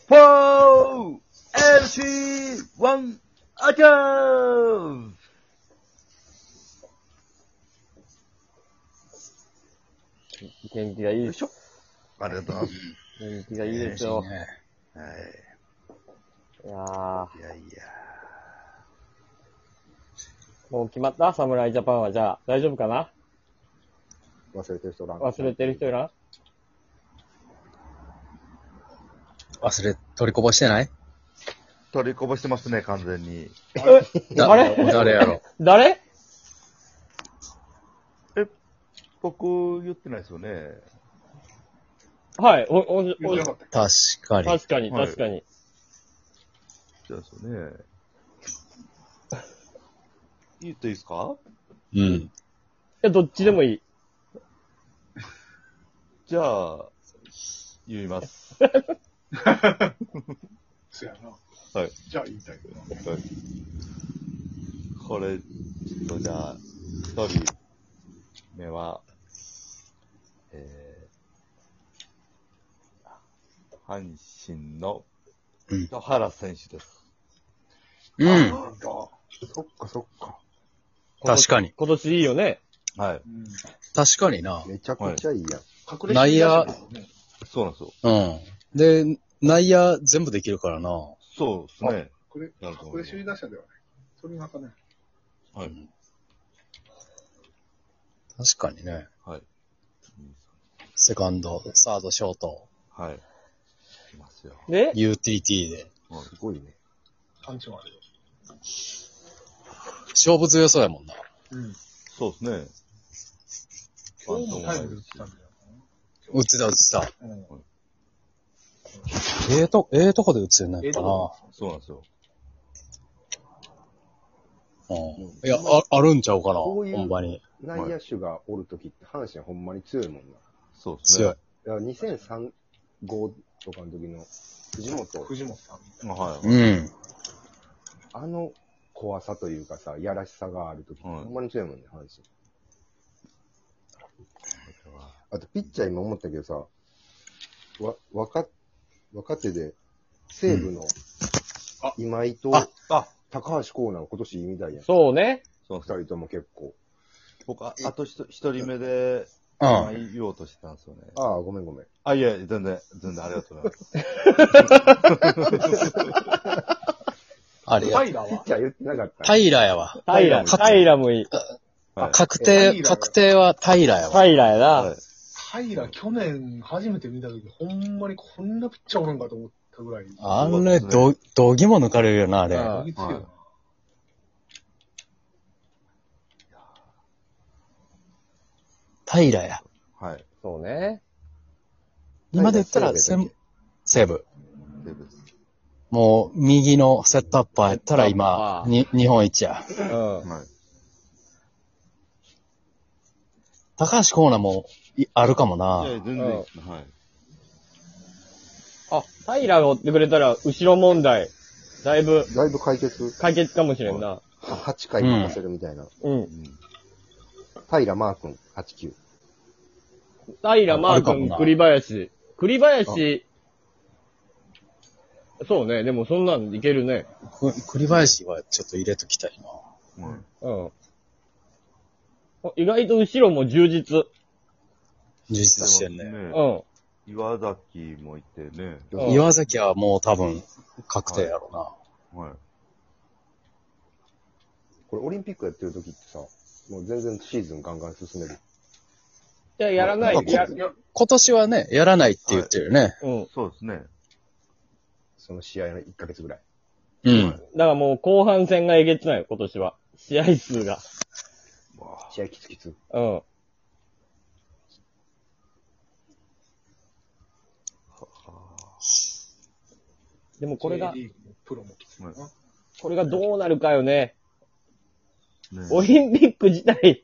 4 LC1 アクティブ。元気がいい。よいしょ。ありがとうございます。元気がいいですよ。 ね、 はい。 いやいや。 もう決まった侍ジャパンは。じゃあ、大丈夫かな？ 忘れてる人らん。 忘れてる人いらん？ 取りこぼしてない？ 取りこぼしてますね、完全に。 あれ誰やろ？ 誰？ 僕、言ってないですよね。 はい、 確かに。 確かに。 そうですよね。言っていいですか？ うん。 いや、どっちでもいい。 じゃあ、言います。 そうやな。 はい。 じゃあ言いたいけどな。 はい。これ、ちょっとじゃあ、一人目は、阪神の糸原選手です。 うん。 なんだ。 そっか。 確かに。 今年いいよね。 はい。 確かにな。 めちゃくちゃいいやん。 隠れ内野そうなんですよ。 うん。で、内野全部できるからな。 そうですね。 隠れ首位打者ではない。それなんかね。 はい。 確かにね。 はい。 セカンド、サード、ショート、 はい。いますよ。 で、 ユーティリティで。 すごいね。 パンチもあるよ。 勝負強そうやもんな。 うん。 そうですね。 今日もタイムで打ってたんだよ打ってた。 な。うん。 ええとこで打つよね、やっぱな。 そうなんですよ。 うん。いや、あるんちゃうかな、 こういうほんまに。 内野手がおるときって阪神ほんまに強いもんな。 そうですね。 強い。 いや、2003、5とかの時の藤本さん。 はい。 うん。 あの怖さというかさ、やらしさがあるとき、 はいほんまに強いもんね、阪神。あと、ピッチャー今思ったけどさ、若手で、西武の今井と高橋光成今年いいみたいやん。 そうね。 そう二人とも結構。 僕、あと一人目で、 うん。 言おうとしてたんですよね。 ああ、ごめん。 あ、いや、全然ありがとうございます。 あれや。 タイラーはピッチャー言ってなかった。 平やわ。 平もいい。 はい。 確定は平やわ。 平やな。 はい。 平去年初めて見たとき、ほんまにこんなピッチャーおるんかと思ったぐらい。 あれ、道着も抜かれるよな、あれ。 あいつよな。 平や。 はい。 そうね。 今で言ったら、西武。 デブです。 もう、右のセットアッパーやったらセットアッパ今、日本一や。 うん。 はい。 高橋光成もあるかもな。 いや、全然いいですね。はい。 あ、平が追ってくれたら、後ろ問題、だいぶだいぶ解決、 解決かもしれんな。 8回任せるみたいな。 うん。 平マー君、8、9。 平、マー君、 あるかもな栗林。栗林、そうね。でもそんなんいけるね。 栗林はちょっと入れときたいな。 はい。 うん。意外と後ろも充実。 充実してんね。 うん。 岩崎もいてね。 うん岩崎はもう多分、確定やろはい。 これオリンピックやってる時ってさ、もう全然シーズンガンガン進める。 じゃあやらない。 まあな。今年はね、やらないって言ってるよね。 うん。 そうですね。 その試合の1ヶ月ぐらい。 うん。 だからもう後半戦がえげつないよ、今年は。試合数が。 試合キツキツ。 うん。でもこれが J リーグもプロも来てるな。 これがどうなるかよね。 ねオリンピック自体、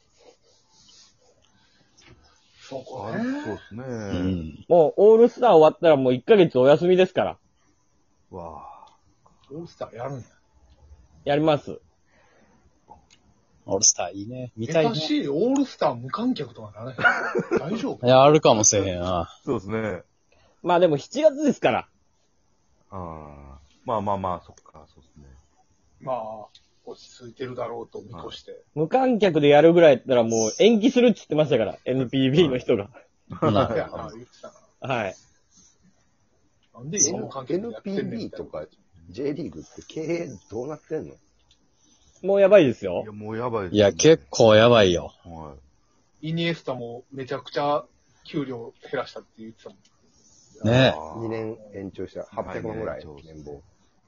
そうあかね。 そうですね。 うん。 もうオールスター終わったらもう1ヶ月お休みですから。 わオールスターやるんや。 やります。 オールスターいいね。見たいね。 下手しいオールスター無観客とかならへん。大丈夫いや、あるかもしれへんな。 そうですね。 まあでも7月ですから。 ああ。まあまあまあ、そっか、そうですね。 まあ、落ち着いてるだろうと見越して。 無観客でやるぐらいやったらもう延期するって言ってましたから、NPB の人が。 なるいや、 ほど。 言ってたな。 はい。 なんで今無観客でやってんねん NPB みたいな。 とか J リーグって経営どうなってんの？ もうやばいですよいや、。もうやばいです、 いや、結構やばいよ。 はイニエスタもめちゃくちゃ給料減らしたって言ってたもん。 い。 ね 2年延長した800万ぐらいはい年俸。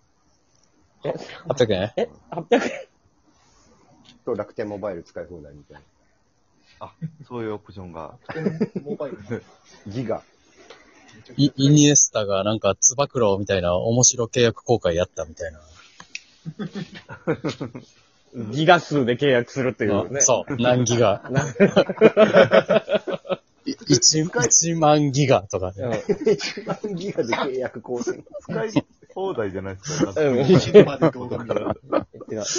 800円え ?800 円と楽天モバイル使い放題みたいな。 あ、そういうオプションが。 モバイルねギガ。 イニエスタがなんか、つば九郎みたいな面白契約公開やったみたいな。 ギガ数で契約するっていうね。 そう、何ギガ。1万ギガとかね。 うん。 1万ギガで契約更新。 使い放題じゃないですか。 うん死ぬまで動画見る。 違う。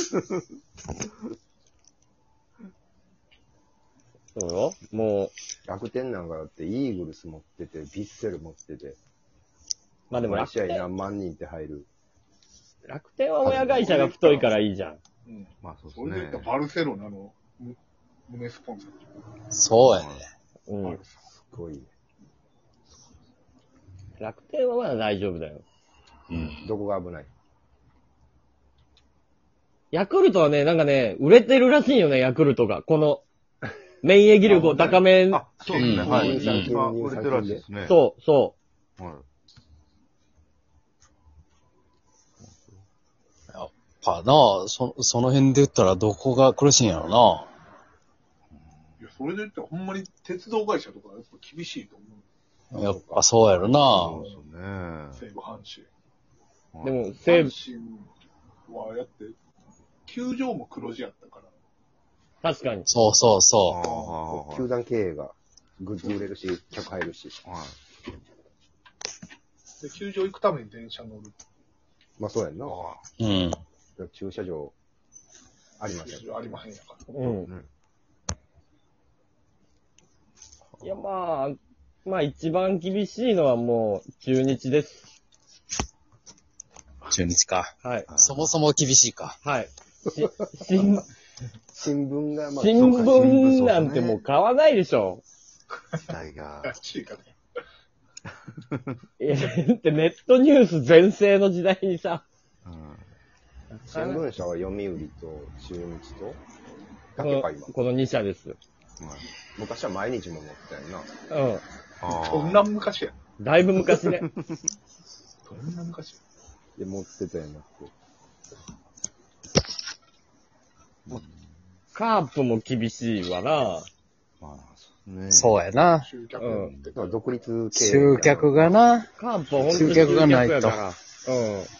そうよ。もう、 楽天なんかだってイーグルス持ってて、ビッセル持ってて、 まあでも毎試合楽天何万人って入る。 楽天は親会社が太いからいいじゃん。 うん。 まあそうですそれで言ったねら。バルセロナの胸スポンサー。 そうやね。 うん。 すごいね。 楽天はまだ大丈夫だよ。 うん。 どこが危ない？ ヤクルトはね、なんかね、売れてるらしいよね、ヤクルトが。この、免疫力を高め、 あ、そうですね。 うんはい。 うん今、売れてるらしいですね。 そう、そう。 はい。 やっぱな、その辺で言ったらどこが苦しいんやろな。 いや、それで言ったらほんまに鉄道会社とかやっぱ厳しいと思う。 やっぱそうやろな。 そうですよね。 西武、阪神。 でも、西武、 阪神はやって、球場も黒字やったから。 確かに。 そうそうあそあ、 球団経営がグッズ売れるし、客入るし。 はい。 で、球場行くために電車乗る。 まあそうやんな。 う。うん。 駐車場ありません。 ありまへんやから。 うん。 ねいや、まあ一番厳しいのはもう、中日です。 中日か。 はい。 そもそも厳しいか。 はい。新新聞がまあ、 新聞なんてもう買わないでしょ。 時代が。 らしいかね。 いや、ってネットニュース全盛の時代にさ。 うん新聞社は読売と中日と、だけか今。 この2社です。 はい昔は毎日も持ってたよな。 うあそんな昔や。 ん。だいぶ昔ね。 そんな昔や。 で、持ってたよなって。 カープも厳しいわな。 まあ、そうね。 そうやな。 集客うんってまあ独立経営。 集客がな。 カープは本当に集客がないと集客やから。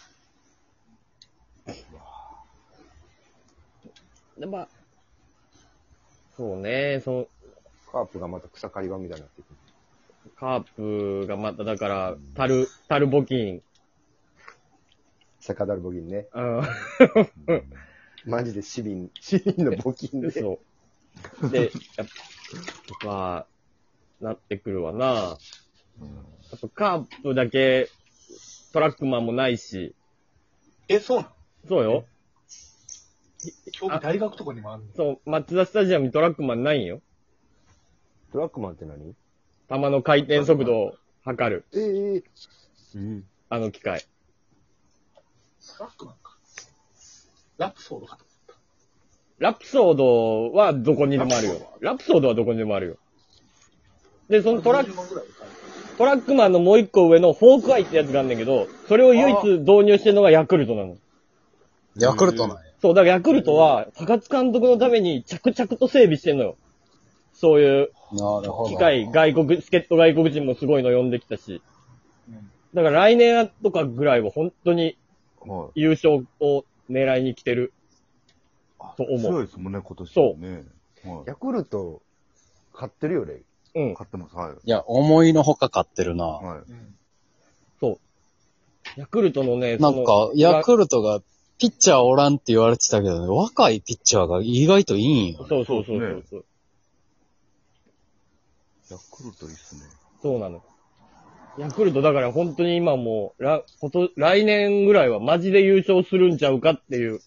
うん。で、まあ、そうね、 カープがまた草刈り場みたいになってくる。 カープがまただから、樽募金。 セカダル募金ね。 うん。 マジで市民の募金で。 そう。で、やっぱ、なってくるわな。あと、カープだけ、トラックマンもないし。 え、そうなのそうよ。 競技大学とかにもあるのそう、マツダスタジアムにトラックマンないんよ。 トラックマンって何？ 球の回転速度を測る。 うん。 あの機械。 トラックなんか。ラプソードかとラプソードはどこにでもあるよ。ラプソードはどこにでもあるよ。で、そのトラック、 40万ぐらいで買えトラックマンのもう一個上のフォークアイってやつがあんねんけど、それを唯一導入してるのがヤクルトなの。 ヤクルトなんや。 そう、だからヤクルトは、高津監督のために着々と整備してんのよ。そういうなるほど。 機械、助っ人外国人もすごいの呼んできたし。 うんだから来年とかぐらいは本当にはい。 優勝を狙いに来てる。 あと思う強いですもんね、今年はね。はヤクルト、買ってるよね。 うんい。。買ってます、はい。 いや、思いのほか勝ってるな。 はい。 うん。 そう。ヤクルトのね、 なんか、ヤクルトが、ピッチャーおらんって言われてたけどね、若いピッチャーが意外といいんよ。 そうそうそうそうねそう。 ヤクルトいいっすね。 そうなの。 ヤクルトだから本当に今もう、来年ぐらいはマジで優勝するんちゃうかっていう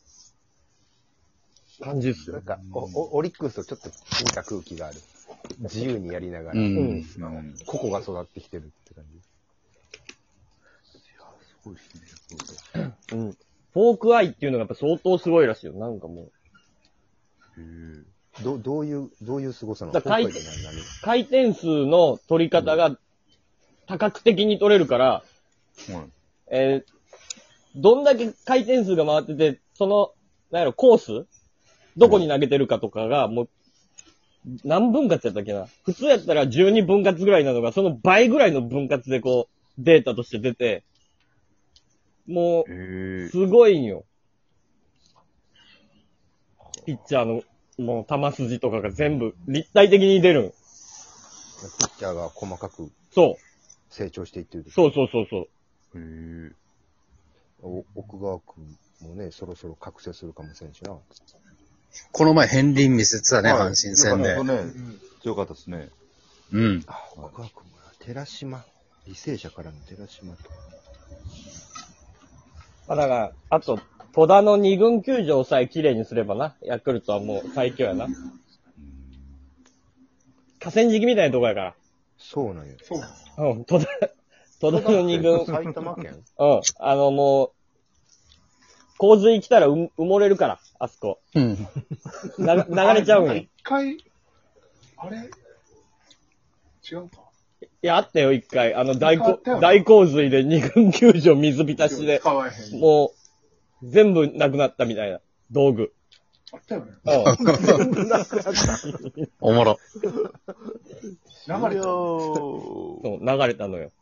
感じっすよ。 なんか、オリックスとちょっと似た空気がある。自由にやりながら、個々が育ってきてるって感じ。 すごいですね。 うん。フォークアイっていうのがやっぱ相当すごいらしいよ。なんかもう。 どういう凄さなの？ だから回転数の取り方が多角的に取れるから、どんだけ回転数が回ってて、その、なんやろ、コースどこに投げてるかとかが、もう、何分割やったっけな。普通やったら12分割ぐらいなのが、その倍ぐらいの分割でこう、データとして出て、もう、すごいんよ。ピッチャーの、もう、球筋とかが全部、立体的に出るん。 ピッチャーが細かく、 そう。 成長していってる。 そう。 奥川くんもね、そろそろ覚醒するかもしれんしな。 この前、片鱗見せてたね、阪神戦で。 強かったですね。 うん。 奥川くんが、寺島、履正社からの寺島と。 だから、あと、戸田の二軍球場さえ綺麗にすればな、ヤクルトはもう最強やな。河川敷みたいなとこやから。 そうなんや。 うん、戸田の二軍。 埼玉県うん。もう、洪水来たら埋もれるから、あそこ。 うん。 流れちゃうんよ。 一回、あれ違うか。 いや、あったよ、一回。大洪水で二軍球場水浸しで、 使わへん。 もう、全部なくなったみたいな、道具。 あったよね。 うん。 おもろ。 流れた。 そう、流れたのよ。